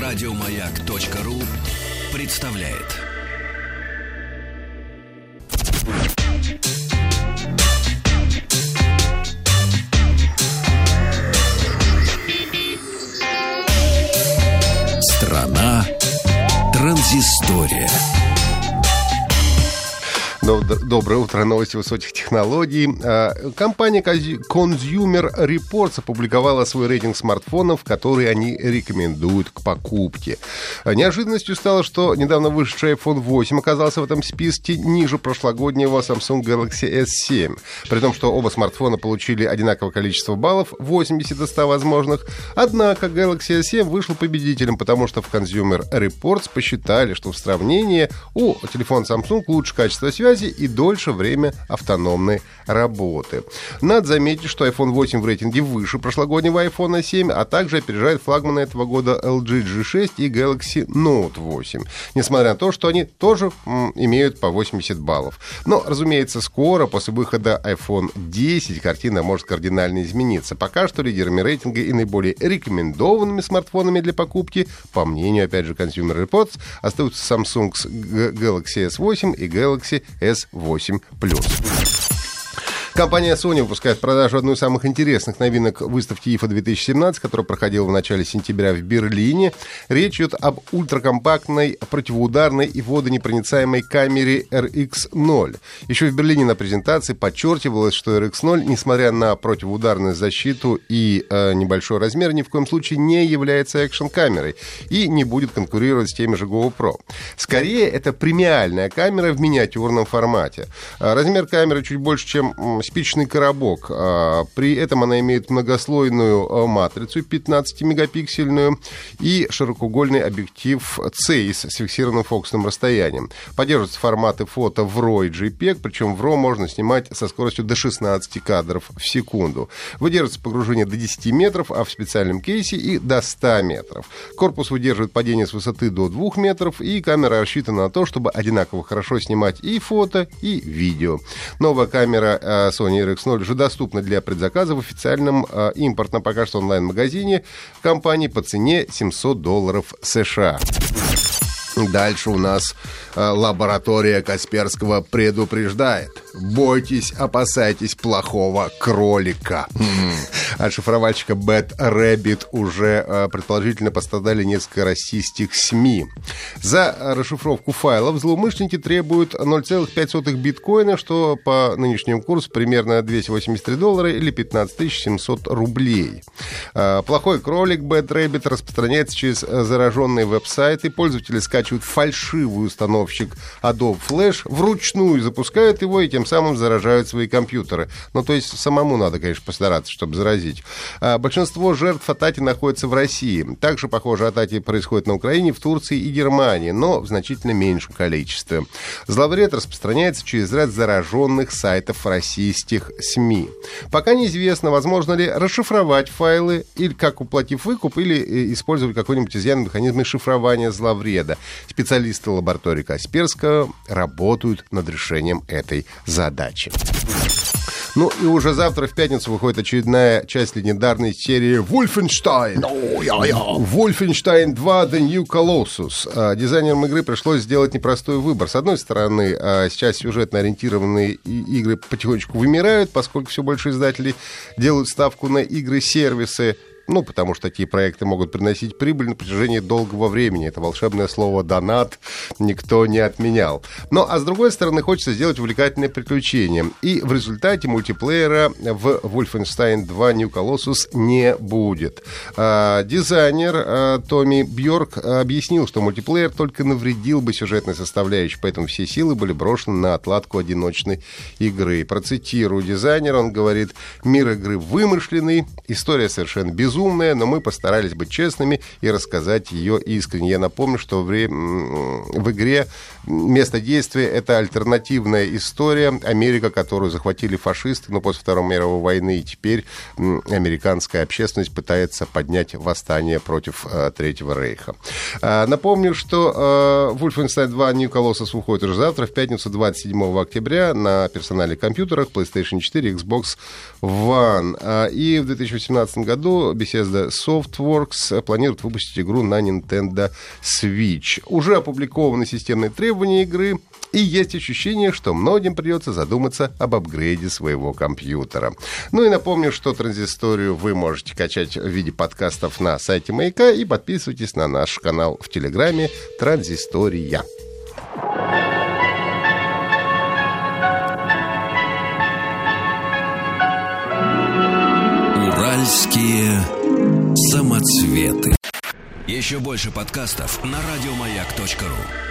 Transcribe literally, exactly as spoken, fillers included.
Радиомаяк.ру представляет. Страна транзистория. Доброе утро, новости высоких технологий. Компания Consumer Reports опубликовала свой рейтинг смартфонов, которые они рекомендуют к покупке. Неожиданностью стало, что недавно вышедший айфон восемь оказался в этом списке ниже прошлогоднего Samsung Galaxy эс семь. При том, что оба смартфона получили одинаковое количество баллов, восемьдесят из ста возможных. Однако Galaxy эс семь вышел победителем, потому что в Consumer Reports посчитали, что в сравнении у телефона Samsung лучше качество связи и дольше время автономной работы. Надо заметить, что айфон восемь в рейтинге выше прошлогоднего айфон семь, а также опережает флагманы этого года эл джи джи шесть и Galaxy Note восемь. Несмотря на то, что они тоже м, имеют по восемьдесят баллов. Но, разумеется, скоро, после выхода айфон десять, картина может кардинально измениться. Пока что лидерами рейтинга и наиболее рекомендованными смартфонами для покупки, по мнению, опять же, Consumer Reports, остаются Samsung Galaxy эс восемь и Galaxy эс восемь плюс. Компания Sony выпускает в продажу одну из самых интересных новинок выставки ай эф эй две тысячи семнадцать, которая проходила в начале сентября в Берлине. Речь идет об ультракомпактной, противоударной и водонепроницаемой камере эр икс ноль. Еще в Берлине на презентации подчеркивалось, что эр икс ноль, несмотря на противоударную защиту и э, небольшой размер, ни в коем случае не является экшн-камерой и не будет конкурировать с теми же GoPro. Скорее, это премиальная камера в миниатюрном формате. Размер камеры чуть больше, чем спичечный коробок. При этом она имеет многослойную матрицу пятнадцатимегапиксельную и широкоугольный объектив цейс с фиксированным фокусным расстоянием. Поддерживаются форматы фото в эр о и джей пег, причем в эр о можно снимать со скоростью до шестнадцати кадров в секунду. Выдерживается погружение до десяти метров, а в специальном кейсе и до ста метров. Корпус выдерживает падение с высоты до двух метров, и камера рассчитана на то, чтобы одинаково хорошо снимать и фото, и видео. Новая камера Sony эр икс ноль уже доступна для предзаказа в официальном э, импортном пока что онлайн-магазине компании по цене семьсот долларов США. Дальше у нас э, лаборатория Касперского предупреждает. Бойтесь, опасайтесь плохого кролика. Mm-hmm. От шифровальщика Bad Rabbit уже э, предположительно пострадали несколько российских СМИ. За расшифровку файлов злоумышленники требуют ноль целых пять сотых биткоина, что по нынешнему курсу примерно двести восемьдесят три доллара или пятнадцать тысяч семьсот рублей. Э, плохой кролик Bad Rabbit распространяется через зараженные веб-сайты. Пользователи скачивают фальшивый установщик Adobe Flash, вручную запускают его и тем самым заражают свои компьютеры. Ну, то есть самому надо, конечно, постараться, чтобы заразить. А большинство жертв атаки находятся в России. Также, похоже, атаки происходят на Украине, в Турции и Германии, но в значительно меньшем количестве. Зловред распространяется через ряд зараженных сайтов российских СМИ. Пока неизвестно, возможно ли расшифровать файлы, или как уплатив выкуп, или использовать какой-нибудь изъян механизма шифрования зловреда. Специалисты лаборатории Касперского работают над решением этой задачи. Ну и уже завтра, в пятницу, выходит очередная часть легендарной серии «Wolfenstein». Oh, yeah, yeah. «Wolfenstein два The New Colossus». Дизайнерам игры пришлось сделать непростой выбор. С одной стороны, сейчас сюжетно ориентированные игры потихонечку вымирают, поскольку все больше издателей делают ставку на игры-сервисы. Ну, потому что такие проекты могут приносить прибыль на протяжении долгого времени. Это волшебное слово «донат» никто не отменял. Ну, а с другой стороны, хочется сделать увлекательное приключение. И в результате мультиплеера в Wolfenstein два New Colossus не будет. А, дизайнер а, Томми Бьорк объяснил, что мультиплеер только навредил бы сюжетной составляющей, поэтому все силы были брошены на отладку одиночной игры. Процитирую дизайнера, он говорит: «Мир игры вымышленный, история совершенно безумная, но мы постарались быть честными и рассказать ее искренне». Я напомню, что в, в игре место действия — это альтернативная история. Америка, которую захватили фашисты, но после Второй мировой войны, и теперь американская общественность пытается поднять восстание против э, Третьего Рейха. Э, напомню, что э, Wolfenstein два New Colossus выходит уже завтра, в пятницу, двадцать седьмого октября, на персональных компьютерах PlayStation четыре, Xbox One. Э, и в две тысячи восемнадцатом году Bethesda Softworks планирует выпустить игру на Nintendo Switch. Уже опубликованы системные требования игры, и есть ощущение, что многим придется задуматься об апгрейде своего компьютера. Ну и напомню, что Транзисторию вы можете качать в виде подкастов на сайте Маяка, и подписывайтесь на наш канал в Телеграме Транзистория. Уральские самоцветы. Еще больше подкастов на радиомаяк точка ру.